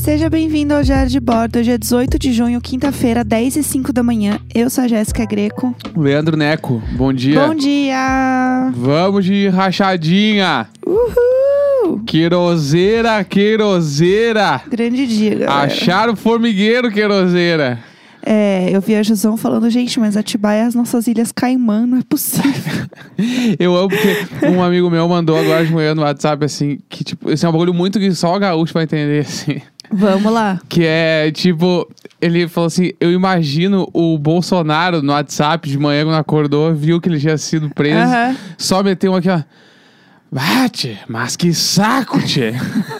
Seja bem-vindo ao Diário de Bordo. Hoje é 18 de junho, quinta-feira, 10h05 da manhã. Eu sou a Jéssica Greco. Leandro Neco, bom dia. Bom dia! Vamos de rachadinha. Uhul! Queroseira. Grande dia, galera. Acharam o formigueiro, queroseira. Eu vi a Jusão falando, gente, mas Atibaia é as nossas ilhas Caimã, não é possível. Eu amo porque um amigo meu mandou agora de manhã no WhatsApp, assim, que tipo, esse é um bagulho muito que só o gaúcho vai entender, assim. Vamos lá. Que é, tipo, ele falou assim, eu imagino o Bolsonaro no WhatsApp de manhã quando acordou, viu que ele tinha sido preso, só meteu um aqui, ó. Bate, mas que saco, tchê.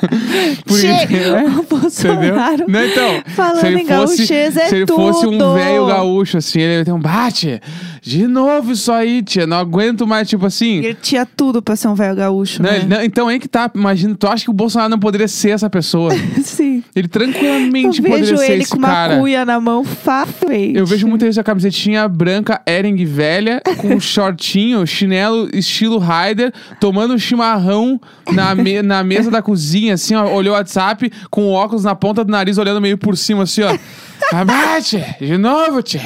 O Bolsonaro não, então, falando em gaúchês é tudo. Se ele fosse um velho gaúcho, assim, ele ia ter um bate. De novo isso aí, tia. Não aguento mais, tipo assim. Ele tinha tudo pra ser um velho gaúcho, né? Então, aí que tá. Imagina, tu acha que o Bolsonaro não poderia ser essa pessoa? Sim. Ele tranquilamente poderia ser esse cara. Eu vejo ele com uma cuia na mão, facilmente. Eu vejo muito isso, a camisetinha branca, Ering velha, com um shortinho, chinelo estilo Raider, tomando um chimarrão na mesa da cozinha, assim, ó. Olhou o WhatsApp, com o óculos na ponta do nariz, olhando meio por cima, assim, ó. Abate, de novo, tia.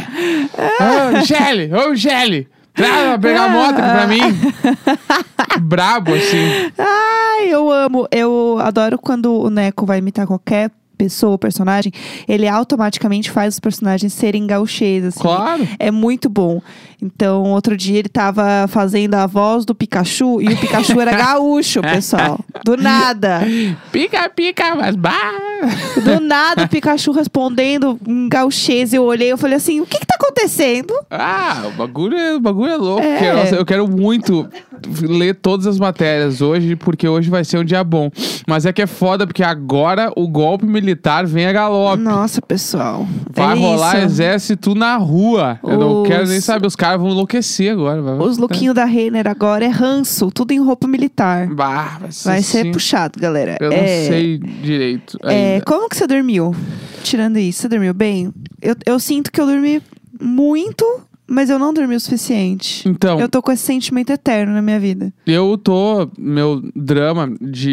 Ô, Gelli. Pegar a moto aqui pra mim. Brabo, assim. Ai, eu amo. Eu adoro quando o Neco vai imitar qualquer pessoa ou personagem, ele automaticamente faz os personagens serem gauchês, assim. Claro. É muito bom. Então, outro dia ele tava fazendo a voz do Pikachu e o Pikachu era gaúcho, pessoal. Do nada. Pica, mas bah! Do nada o Pikachu respondendo em gauchês. Eu olhei e falei assim, o que tá acontecendo? O bagulho é louco. Eu quero muito ler todas as matérias hoje, porque hoje vai ser um dia bom. Mas é que é foda, porque agora o golpe militar vem a galope. Nossa, pessoal. Vai rolar exército na rua. Eu não quero nem saber, os caras vão enlouquecer agora. Os lookinhos da Renner agora é ranço, tudo em roupa militar. Vai ser puxado, galera. Eu não sei direito ainda. Como que você dormiu? Tirando isso, você dormiu bem? Eu sinto que eu dormi muito, mas eu não dormi o suficiente. Então, eu tô com esse sentimento eterno na minha vida. Meu drama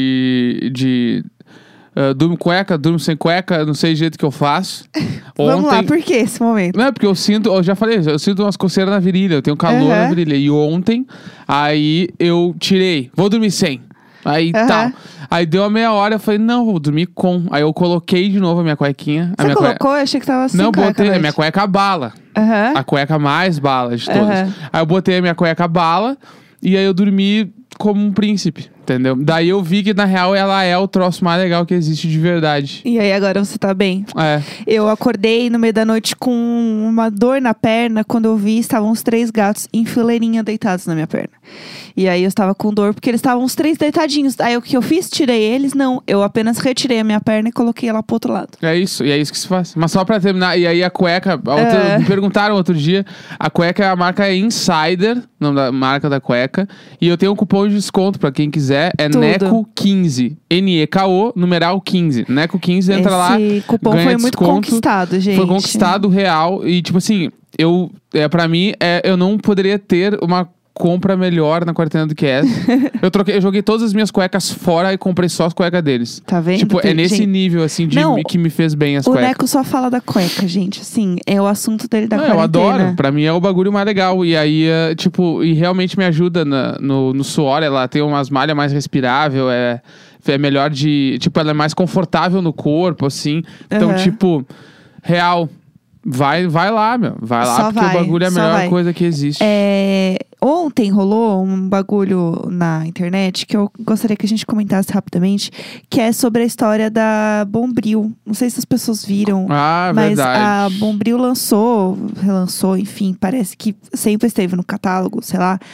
de durmo cueca, durmo sem cueca, não sei o jeito que eu faço. Vamos lá, por que esse momento? Não, porque eu sinto umas coceiras na virilha, eu tenho calor na virilha. E ontem, aí eu tirei, vou dormir sem. Aí tal. Aí deu uma meia hora, eu falei, não, vou dormir com. Aí eu coloquei de novo a minha cuequinha. Você colocou? Eu achei que tava assim. Não, botei a minha cueca bala. A cueca mais bala de todas. Aí eu botei a minha cueca bala e aí eu dormi como um príncipe, entendeu? Daí eu vi que, na real, ela é o troço mais legal que existe de verdade. E aí, agora você tá bem? Eu acordei no meio da noite com uma dor na perna. Quando eu vi, estavam os 3 gatos em fileirinha deitados na minha perna. E aí eu estava com dor porque eles estavam os 3 deitadinhos. Aí o que eu fiz? Tirei eles? Não. Eu apenas retirei a minha perna e coloquei ela pro outro lado. É isso. E é isso que se faz. Mas só pra terminar, e aí a cueca... Me perguntaram outro dia. A cueca, a marca é Insider, o nome da marca da cueca. E eu tenho um cupom de desconto pra quem quiser. É NECO15. NEKO, numeral 15. NECO15, entra lá. Esse cupom foi muito conquistado, gente. Foi conquistado real. E tipo assim, pra mim, eu não poderia ter uma compra melhor na quarentena do que essa. Eu joguei todas as minhas cuecas fora e comprei só as cuecas deles. Tá vendo? Tipo, é nesse nível, assim, que me fez bem as cuecas. O Neco só fala da cueca, gente. Assim, é o assunto dele da quarentena. Eu adoro. Pra mim é o bagulho mais legal. E aí, e realmente me ajuda no suor. Ela tem umas malhas mais respirável. É melhor ela é mais confortável no corpo, assim. Então, real... Vai lá, meu. Vai lá, porque o bagulho é a melhor coisa que existe. Ontem rolou um bagulho na internet que eu gostaria que a gente comentasse rapidamente, que é sobre a história da Bombril. Não sei se as pessoas viram. Mas verdade. A Bombril relançou, enfim, parece que sempre esteve no catálogo, sei lá.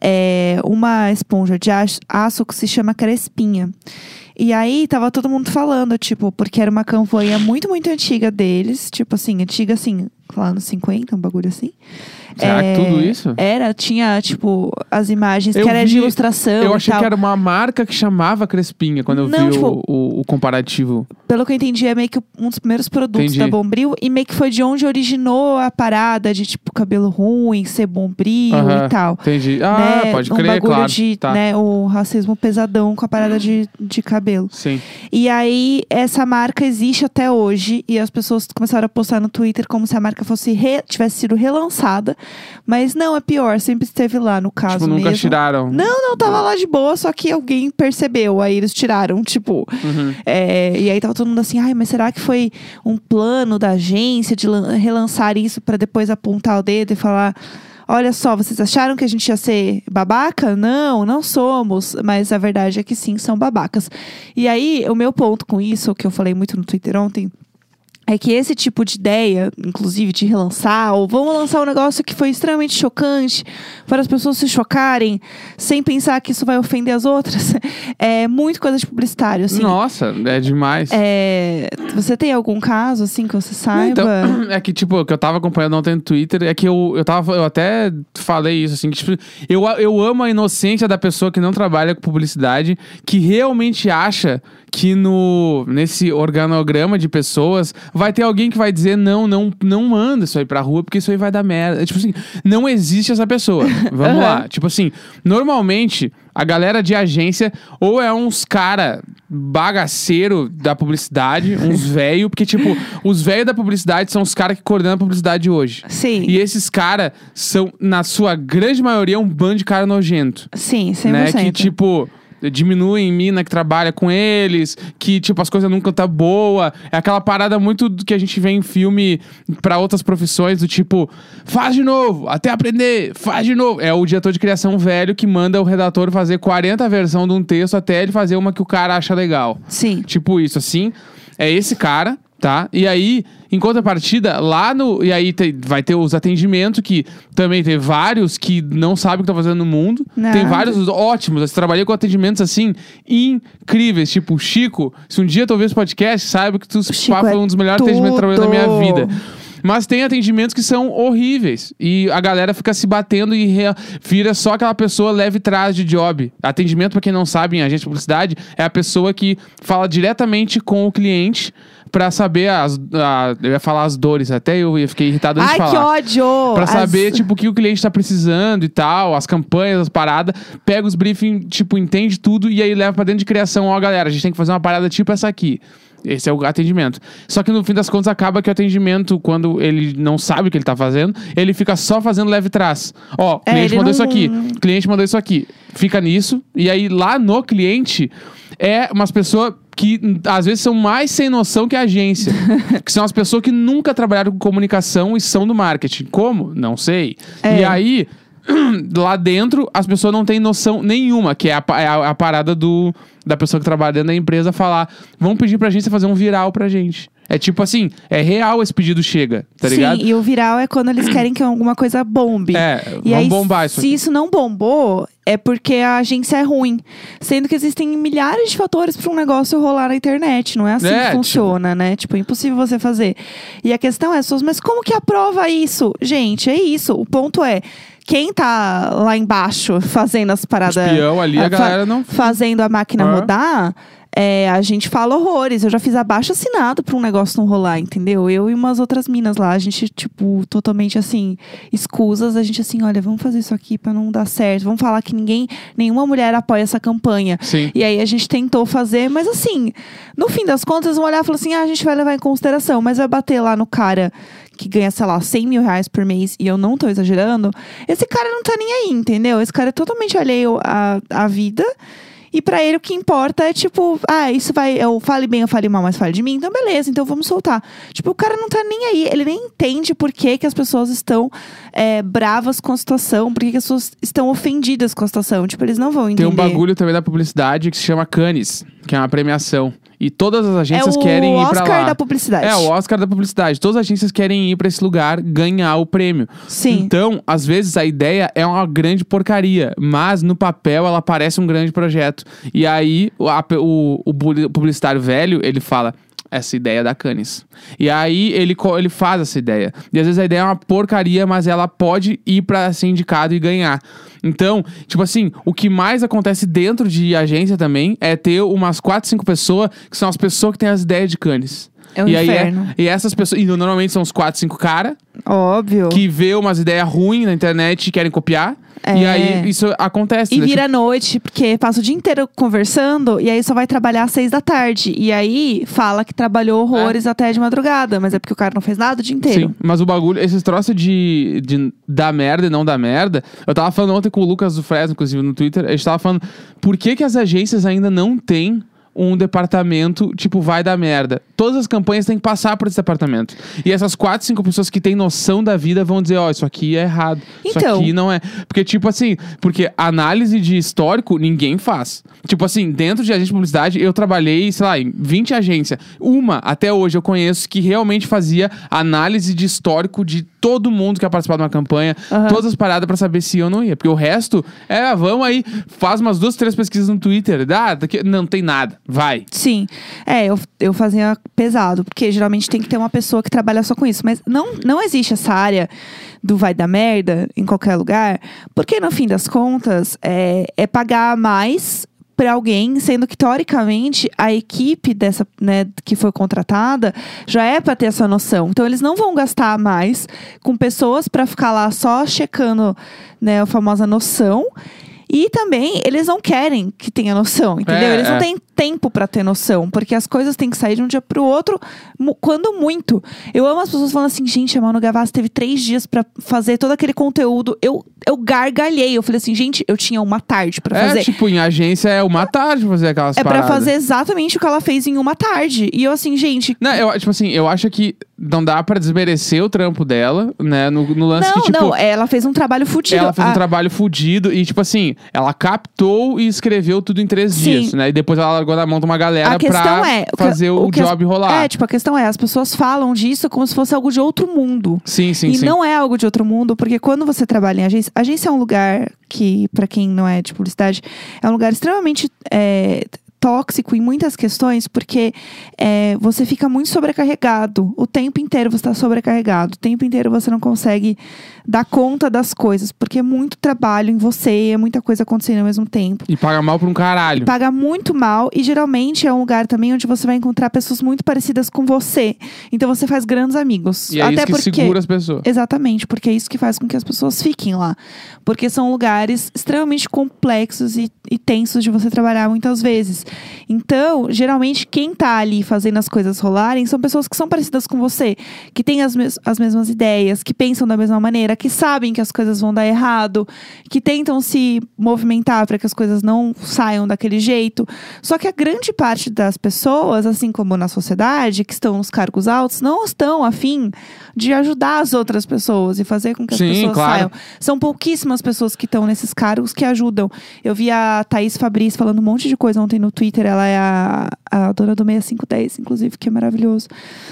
Uma esponja de aço que se chama Crespinha. E aí, tava todo mundo falando, tipo, porque era uma campanha muito, muito antiga deles. Tipo assim, antiga assim, lá nos 50, um bagulho assim. Será que tudo isso? Tinha, tipo, as imagens Eu que era vi- de ilustração Eu e achei tal. que era uma marca que chamava Crespinha quando eu Não, vi tipo, o comparativo. Pelo que eu entendi, é meio que um dos primeiros produtos Entendi. da Bombril. E meio que foi de onde originou a parada de, tipo, cabelo ruim, ser Bombril Aham, e tal. Entendi. Né? Pode um crer, bagulho claro. de, Tá. né, o racismo pesadão com a parada de cabelo. Sim. E aí, essa marca existe até hoje. E as pessoas começaram a postar no Twitter como se a marca tivesse sido relançada. Mas não, é pior. Sempre esteve lá, no caso Tipo, nunca mesmo. tiraram. Não, tava lá de boa, só que alguém percebeu. Aí eles tiraram, tipo... Uhum. E aí tava todo mundo assim, ai, mas será que foi um plano da agência de relançar isso pra depois apontar o dedo e falar... Olha só, vocês acharam que a gente ia ser babaca? Não somos. Mas a verdade é que sim, são babacas. E aí, o meu ponto com isso, que eu falei muito no Twitter ontem... É que esse tipo de ideia, inclusive de relançar, ou vamos lançar um negócio que foi extremamente chocante, para as pessoas se chocarem, sem pensar que isso vai ofender as outras, é muito coisa de publicitário, assim. Nossa, é demais. Você tem algum caso, assim, que você saiba? Então, é que, tipo, que eu tava acompanhando ontem no Twitter, é que eu até falei isso, assim, que, tipo, eu amo a inocência da pessoa que não trabalha com publicidade, que realmente acha que nesse organograma de pessoas vai ter alguém que vai dizer não manda isso aí pra rua, porque isso aí vai dar merda. Tipo assim, não existe essa pessoa. Vamos lá. Tipo assim, normalmente a galera de agência ou é uns cara bagaceiro da publicidade, uns velho, porque tipo, os velhos da publicidade são os caras que coordenam a publicidade hoje. Sim. E esses caras são, na sua grande maioria, um bando de cara nojento. Sim, 100%. Né? Que tipo... diminuem mina que trabalha com eles, que, tipo, as coisas nunca tá boa. É aquela parada muito que a gente vê em filme pra outras profissões, do tipo, faz de novo, até aprender, faz de novo. É o diretor de criação velho que manda o redator fazer 40 versões de um texto até ele fazer uma que o cara acha legal. Sim. Tipo isso, assim. É esse cara, tá? E aí, em contrapartida, E aí vai ter os atendimentos, que também tem vários que não sabem o que estão fazendo no mundo. Não. Tem vários ótimos. Eu trabalhei com atendimentos, assim, incríveis. Tipo, o Chico, se um dia tu ouvir esse podcast, saiba que tu foi um dos melhores atendimentos que eu trabalhei na minha vida. Mas tem atendimentos que são horríveis. E a galera fica se batendo e vira só aquela pessoa leve trás de job. Atendimento, pra quem não sabe, em agência de publicidade, é a pessoa que fala diretamente com o cliente pra saber eu ia falar as dores até, fiquei irritado antes de falar. Ai, que ódio! Pra saber, tipo, o que o cliente tá precisando e tal, as campanhas, as paradas. Pega os briefings, tipo, entende tudo e aí leva pra dentro de criação. Ó, galera, a gente tem que fazer uma parada tipo essa aqui. Esse é o atendimento. Só que no fim das contas acaba que o atendimento, quando ele não sabe o que ele tá fazendo, ele fica só fazendo leve trás. Ó, cliente mandou isso aqui, cliente mandou isso aqui. Fica nisso. E aí lá no cliente é umas pessoas que às vezes são mais sem noção que a agência. Que são as pessoas que nunca trabalharam com comunicação e são do marketing. Como? Não sei. E aí, lá dentro, as pessoas não têm noção nenhuma, que é a parada da pessoa que trabalha dentro da empresa falar, vamos pedir pra agência fazer um viral pra gente. É tipo assim, é real esse pedido chega, tá ligado? Sim, e o viral é quando eles querem que alguma coisa bombe. E vamos bombar isso se aqui. isso não bombou, é porque a agência é ruim. Sendo que existem milhares de fatores para um negócio rolar na internet. Não é assim que funciona, né? Tipo, é impossível você fazer. E a questão é, mas como que aprova isso? Gente, é isso. O ponto é, quem tá lá embaixo fazendo as paradas... Espião ali, a galera não... Fazendo a máquina rodar... a gente fala horrores. Eu já fiz abaixo assinado pra um negócio não rolar, entendeu? Eu e umas outras minas lá, a gente, tipo, totalmente assim, escusas. A gente assim, olha, vamos fazer isso aqui pra não dar certo. Vamos falar que nenhuma mulher apoia essa campanha. Sim. E aí a gente tentou fazer, mas assim, no fim das contas, vão olhar e falar assim, a gente vai levar em consideração, mas vai bater lá no cara que ganha, sei lá, 100 mil reais por mês, e eu não tô exagerando. Esse cara não tá nem aí, entendeu? Esse cara é totalmente alheio à vida. E pra ele o que importa é tipo, isso vai, eu fale bem, eu fale mal, mas fale de mim, então beleza, então vamos soltar. Tipo, o cara não tá nem aí, ele nem entende por que as pessoas estão bravas com a situação, por que as pessoas estão ofendidas com a situação. Tipo, eles não vão entender. Tem um bagulho também da publicidade que se chama Cannes, que é uma premiação. E todas as agências querem ir pra lá. É o Oscar da publicidade. É, o Oscar da publicidade. Todas as agências querem ir pra esse lugar ganhar o prêmio. Sim. Então, às vezes, a ideia é uma grande porcaria. Mas, no papel, ela parece um grande projeto. E aí, o publicitário velho, ele fala... essa ideia da Cannes. E aí ele faz essa ideia. E às vezes a ideia é uma porcaria, mas ela pode ir pra ser indicado e ganhar. Então, tipo assim, o que mais acontece dentro de agência também é ter umas 4, 5 pessoas que são as pessoas que têm as ideias de Cannes. É um inferno. E essas pessoas... E normalmente são uns 4, 5 caras... Óbvio. Que vê umas ideias ruins na internet e querem copiar. E aí, isso acontece. E vira noite, porque passa o dia inteiro conversando e aí só vai trabalhar às 6 da tarde. E aí, fala que trabalhou horrores até de madrugada. Mas é porque o cara não fez nada o dia inteiro. Sim, mas o bagulho... Esses troços de dar merda e não dar merda... Eu tava falando ontem com o Lucas do Fresno, inclusive, no Twitter. A gente tava falando... Por que as agências ainda não têm um departamento, tipo, vai dar merda? Todas as campanhas têm que passar por esse departamento. E essas 4, 5 pessoas que têm noção da vida vão dizer, isso aqui é errado. Isso aqui não é. Porque, tipo assim, porque análise de histórico ninguém faz. Tipo assim, dentro de agência de publicidade, eu trabalhei, sei lá, em 20 agências. Uma, até hoje, eu conheço que realmente fazia análise de histórico de todo mundo que ia participar de uma campanha, todas as paradas pra saber se ia ou não ia. Porque o resto, vamos aí, faz umas 2, 3 pesquisas no Twitter. Daqui, não tem nada. Vai. Sim. Eu fazia pesado, porque geralmente tem que ter uma pessoa que trabalha só com isso. Mas não existe essa área do vai dar merda em qualquer lugar, porque no fim das contas, é pagar mais para alguém, sendo que teoricamente a equipe dessa, né, que foi contratada já é para ter essa noção. Então eles não vão gastar mais com pessoas para ficar lá só checando, né, a famosa noção. E também, eles não querem que tenha noção, entendeu? Eles não têm tempo pra ter noção, porque as coisas têm que sair de um dia pro outro, quando muito. Eu amo as pessoas falando assim, gente, a Manu Gavassi teve 3 dias pra fazer todo aquele conteúdo. Eu gargalhei, eu falei assim, gente, eu tinha uma tarde pra fazer. Tipo, em agência é uma tarde pra fazer aquelas paradas. É pra fazer exatamente o que ela fez em uma tarde. E eu assim, gente... Não, eu acho que não dá pra desmerecer o trampo dela, né, no lance que, tipo... Não, ela fez um trabalho fudido. Ela fez um trabalho fudido e, tipo assim, ela captou e escreveu tudo em 3 dias, né? E depois ela largou na mão de uma galera pra fazer o job rolar. Tipo, a questão é, as pessoas falam disso como se fosse algo de outro mundo. Sim. E não é algo de outro mundo, porque quando você trabalha em agência... Agência é um lugar que, pra quem não é de publicidade, é um lugar extremamente... tóxico em muitas questões, porque você fica muito sobrecarregado. O tempo inteiro você está sobrecarregado. O tempo inteiro você não consegue dar conta das coisas, porque é muito trabalho em você, é muita coisa acontecendo ao mesmo tempo. E paga mal por um caralho. E paga muito mal, e geralmente é um lugar também onde você vai encontrar pessoas muito parecidas com você. Então você faz grandes amigos. E é isso que segura as pessoas. Exatamente, porque é isso que faz com que as pessoas fiquem lá. Porque são lugares extremamente complexos e tensos de você trabalhar muitas vezes. Então, geralmente, quem tá ali fazendo as coisas rolarem são pessoas que são parecidas com você, que têm as mesmas ideias, que pensam da mesma maneira, que sabem que as coisas vão dar errado, que tentam se movimentar para que as coisas não saiam daquele jeito. Só que a grande parte das pessoas, assim como na sociedade, que estão nos cargos altos, não estão a fim de ajudar as outras pessoas e fazer com que as pessoas saiam. São pouquíssimas pessoas que estão nesses cargos que ajudam. Eu vi a Thaís Fabris falando um monte de coisa ontem no Twitter. Ela é a dona do 6510, inclusive, que é maravilhoso.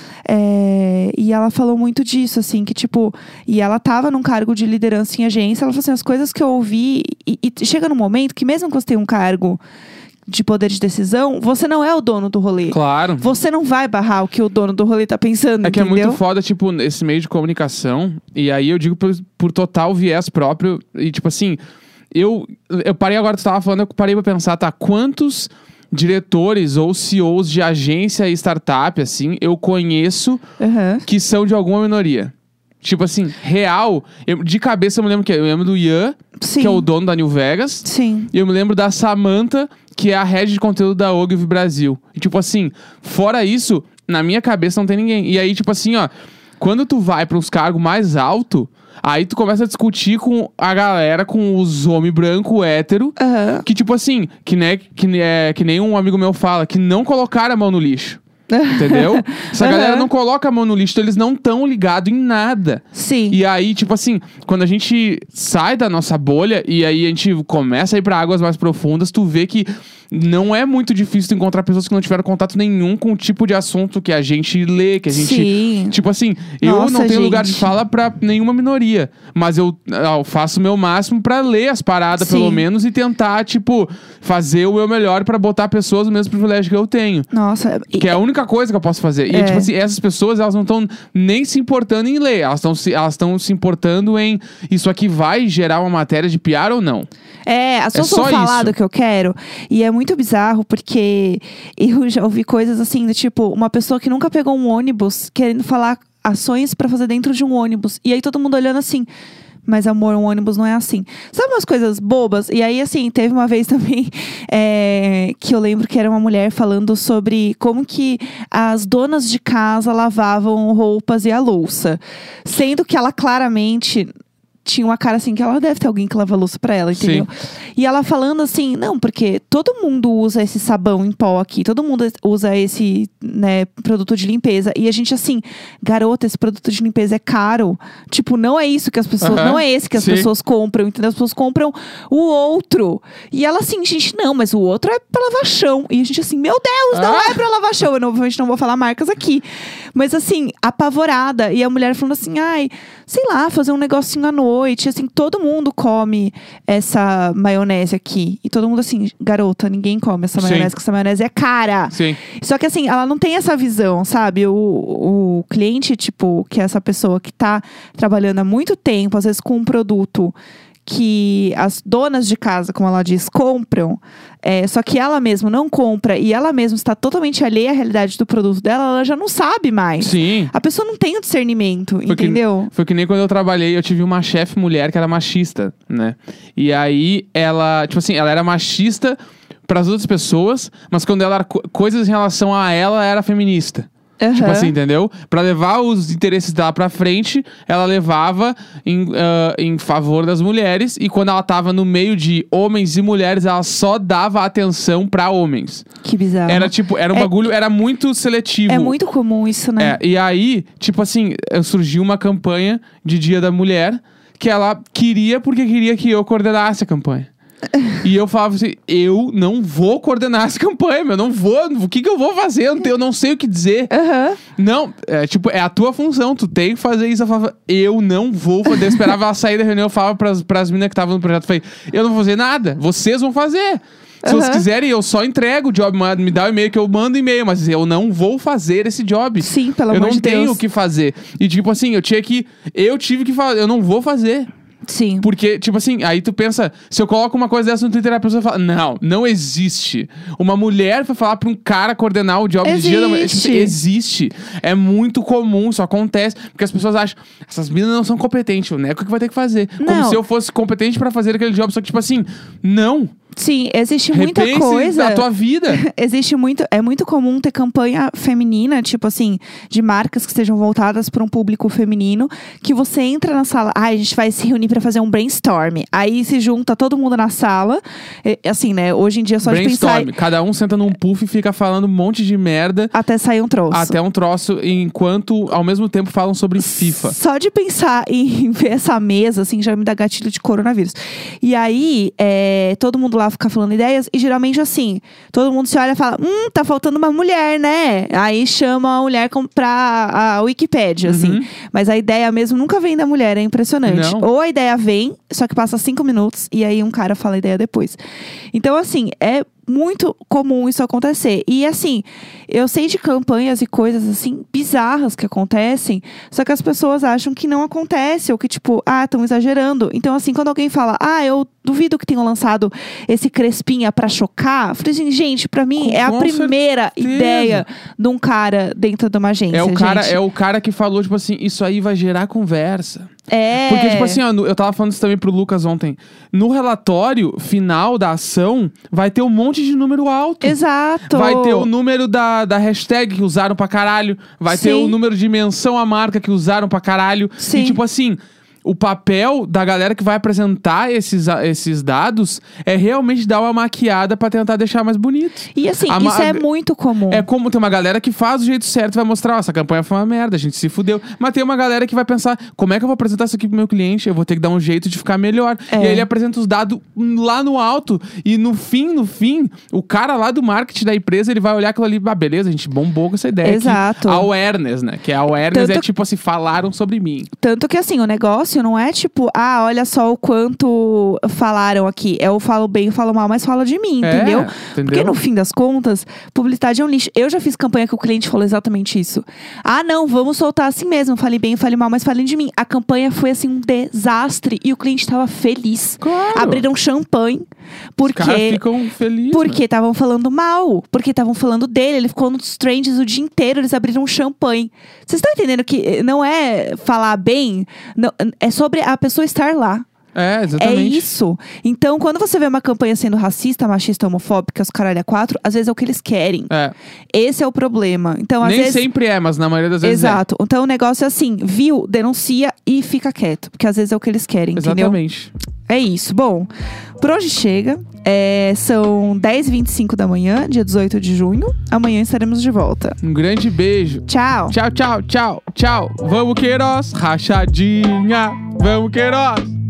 E ela falou muito disso, assim, que tipo... E ela tava num cargo de liderança em agência. Ela falou assim, as coisas que eu ouvi... E chega num momento que mesmo que você tenha um cargo de poder de decisão, você não é o dono do rolê. Claro. Você não vai barrar o que o dono do rolê tá pensando, que entendeu? É muito foda, tipo, esse meio de comunicação. E aí eu digo por total viés próprio. E tipo assim... Eu parei agora, tu tava falando, eu parei pra pensar, quantos diretores ou CEOs de agência e startup, assim, eu conheço que são de alguma minoria. Tipo assim, real, de cabeça eu me lembro eu lembro do Ian, que é o dono da New Vegas. Sim. E eu me lembro da Samantha, que é a head de conteúdo da Ogilvy Brasil. E tipo assim, fora isso, na minha cabeça não tem ninguém. E aí, tipo assim, quando tu vai para uns cargos mais altos, aí tu começa a discutir com a galera, com os homens branco hétero, que tipo assim, que nem um amigo meu fala, que não colocaram a mão no lixo. Entendeu? Essa galera não coloca a mão no lixo, então eles não estão ligados em nada. Sim. E aí, tipo assim, quando a gente sai da nossa bolha e aí a gente começa a ir pra águas mais profundas, tu vê que não é muito difícil encontrar pessoas que não tiveram contato nenhum com o tipo de assunto que a gente lê, que a gente... Sim. Tipo assim, eu não tenho lugar de fala pra nenhuma minoria, mas eu faço o meu máximo pra ler as paradas, pelo menos, e tentar, tipo, fazer o meu melhor pra botar pessoas no mesmo privilégio que eu tenho. Nossa. Que é a única única coisa que eu posso fazer. E, tipo assim, essas pessoas, elas não estão nem se importando em ler. Elas estão se importando em isso aqui vai gerar uma matéria de PR ou não. As pessoas vão falar do que eu quero. E é muito bizarro, porque eu já ouvi coisas assim, do tipo, uma pessoa que nunca pegou um ônibus querendo falar ações pra fazer dentro de um ônibus. E aí todo mundo olhando assim... Mas, amor, um ônibus não é assim. Sabe umas coisas bobas? E aí, assim, teve uma vez também que eu lembro que era uma mulher falando sobre como que as donas de casa lavavam roupas e a louça. Sendo que ela claramente... tinha uma cara assim, que ela deve ter alguém que lava a louça pra ela, entendeu? Sim. E ela falando assim, não, porque todo mundo usa esse sabão em pó aqui, todo mundo usa esse, né, produto de limpeza. E a gente assim, garota, esse produto de limpeza é caro. Tipo, não é isso que as pessoas, não é esse que as pessoas compram, entendeu? As pessoas compram o outro. E ela assim, gente, não, mas o outro é pra lavar chão. E a gente assim, meu Deus, não é pra lavar chão. Eu obviamente não vou falar marcas aqui. Mas assim, apavorada. E a mulher falando assim, ai, sei lá, fazer um negocinho à noite. Assim, todo mundo come essa maionese aqui. E todo mundo assim, garota, ninguém come essa maionese, porque essa maionese é cara. Sim. Só que assim, ela não tem essa visão, sabe? O cliente, tipo, que é essa pessoa que tá trabalhando há muito tempo, às vezes com um produto que as donas de casa, como ela diz, compram, só que ela mesma não compra e ela mesma está totalmente alheia à realidade do produto dela, ela já não sabe mais. Sim. A pessoa não tem o discernimento, entendeu? Foi que nem quando eu trabalhei, eu tive uma chefe mulher que era machista, né? E aí, ela, tipo assim, ela era machista pras outras pessoas, mas quando ela era coisas em relação a ela, era feminista. Tipo assim, entendeu? Pra levar os interesses dela pra frente, ela levava em favor das mulheres. E quando ela tava no meio de homens e mulheres, ela só dava atenção pra homens. Que bizarro. Era tipo, era um bagulho, era muito seletivo. É muito comum isso, né? E aí, tipo assim, surgiu uma campanha de Dia da Mulher que ela queria porque queria que eu coordenasse a campanha. E eu falava assim, eu não vou coordenar essa campanha, eu não vou, o que eu vou fazer? Eu não sei o que dizer. Não, tipo, é a tua função, tu tem que fazer isso. Eu falava, eu não vou fazer. Eu esperava ela sair da reunião, eu falava pras meninas que estavam no projeto, eu falei, eu não vou fazer nada, vocês vão fazer. Se vocês quiserem, eu só entrego o job, me dá o e-mail que eu mando e-mail, mas eu não vou fazer esse job. Sim, pelo amor de Deus. Eu não tenho o que fazer. E tipo assim, eu tive que fazer, eu não vou fazer. Sim. Porque, tipo assim, aí tu pensa, se eu coloco uma coisa dessa no Twitter, a pessoa fala, não existe. Uma mulher vai falar pra um cara coordenar o job de Dia da Mulher. Tipo, existe. É muito comum, isso acontece. Porque as pessoas acham, essas meninas não são competentes, o Neco que vai ter que fazer. Não. Como se eu fosse competente pra fazer aquele job. Só que, tipo assim, não. Sim, existe muita coisa. A tua vida. Existe muito. É muito comum ter campanha feminina, tipo assim, de marcas que sejam voltadas para um público feminino, que você entra na sala, a gente vai se reunir para fazer um brainstorm. Aí se junta todo mundo na sala. Assim, né? Hoje em dia só de pensar. Cada um senta num puff e fica falando um monte de merda. Até sair um troço. Até um troço, enquanto ao mesmo tempo falam sobre FIFA. Só de pensar em ver essa mesa, assim, já me dá gatilho de coronavírus. E aí, todo mundo lá ficar falando ideias, e geralmente assim, todo mundo se olha e fala, tá faltando uma mulher, né? Aí chama a mulher pra a Wikipédia, assim. Mas a ideia mesmo nunca vem da mulher, é impressionante. Não. Ou a ideia vem, só que passa 5 minutos, e aí um cara fala a ideia depois. Então, assim, é muito comum isso acontecer. E assim, eu sei de campanhas e coisas assim, bizarras que acontecem, só que as pessoas acham que não acontece, ou que tipo, estão exagerando. Então assim, quando alguém fala, eu duvido que tenham lançado esse crespinha pra chocar, eu falei assim, gente, pra mim é a primeira ideia de um cara dentro de uma agência, É o cara que falou, tipo assim, isso aí vai gerar conversa. É. Porque, tipo assim, eu tava falando isso também pro Lucas ontem. No relatório final da ação, vai ter um monte de número alto. Exato. Vai ter o número da hashtag que usaram pra caralho. Vai ter o número de menção à marca que usaram pra caralho. Sim. E, tipo assim, o papel da galera que vai apresentar esses dados é realmente dar uma maquiada pra tentar deixar mais bonito. E assim, isso é muito comum. É como tem uma galera que faz do jeito certo, vai mostrar, essa campanha foi uma merda, a gente se fudeu. Mas tem uma galera que vai pensar, como é que eu vou apresentar isso aqui pro meu cliente? Eu vou ter que dar um jeito de ficar melhor. E aí ele apresenta os dados lá no alto. E no fim, o cara lá do marketing da empresa, ele vai olhar aquilo ali, beleza, a gente bombou com essa ideia. Exato. Aqui. Awareness, né? Que a awareness tipo assim, falaram sobre mim. Tanto que assim, o negócio negócio não é tipo, olha só o quanto falaram aqui. Eu falo bem, eu falo mal, mas fala de mim, entendeu? Porque no fim das contas, publicidade é um lixo. Eu já fiz campanha que o cliente falou exatamente isso. Não, vamos soltar assim mesmo. Fale bem, fale mal, mas falem de mim. A campanha foi assim um desastre e o cliente tava feliz. Claro. Abriram champanhe. Porque, os caras ficam felizes. Porque estavam falando mal. Porque estavam falando dele. Ele ficou nos trends o dia inteiro. Eles abriram champanhe. Vocês estão entendendo que não é falar bem? Não, é sobre a pessoa estar lá. Exatamente. É isso. Então, quando você vê uma campanha sendo racista, machista, homofóbica, os caralho a quatro, às vezes é o que eles querem. Esse é o problema. Então, às Nem vezes... sempre mas na maioria das vezes Exato. Então, o negócio é assim, viu, denuncia e fica quieto. Porque às vezes é o que eles querem, Exatamente. Entendeu? É isso. Bom, por hoje chega. São 10h25 da manhã, dia 18 de junho. Amanhã estaremos de volta. Um grande beijo. Tchau. Tchau, tchau, tchau, tchau. Vamos, Queiroz. Rachadinha. Vamos, Queiroz.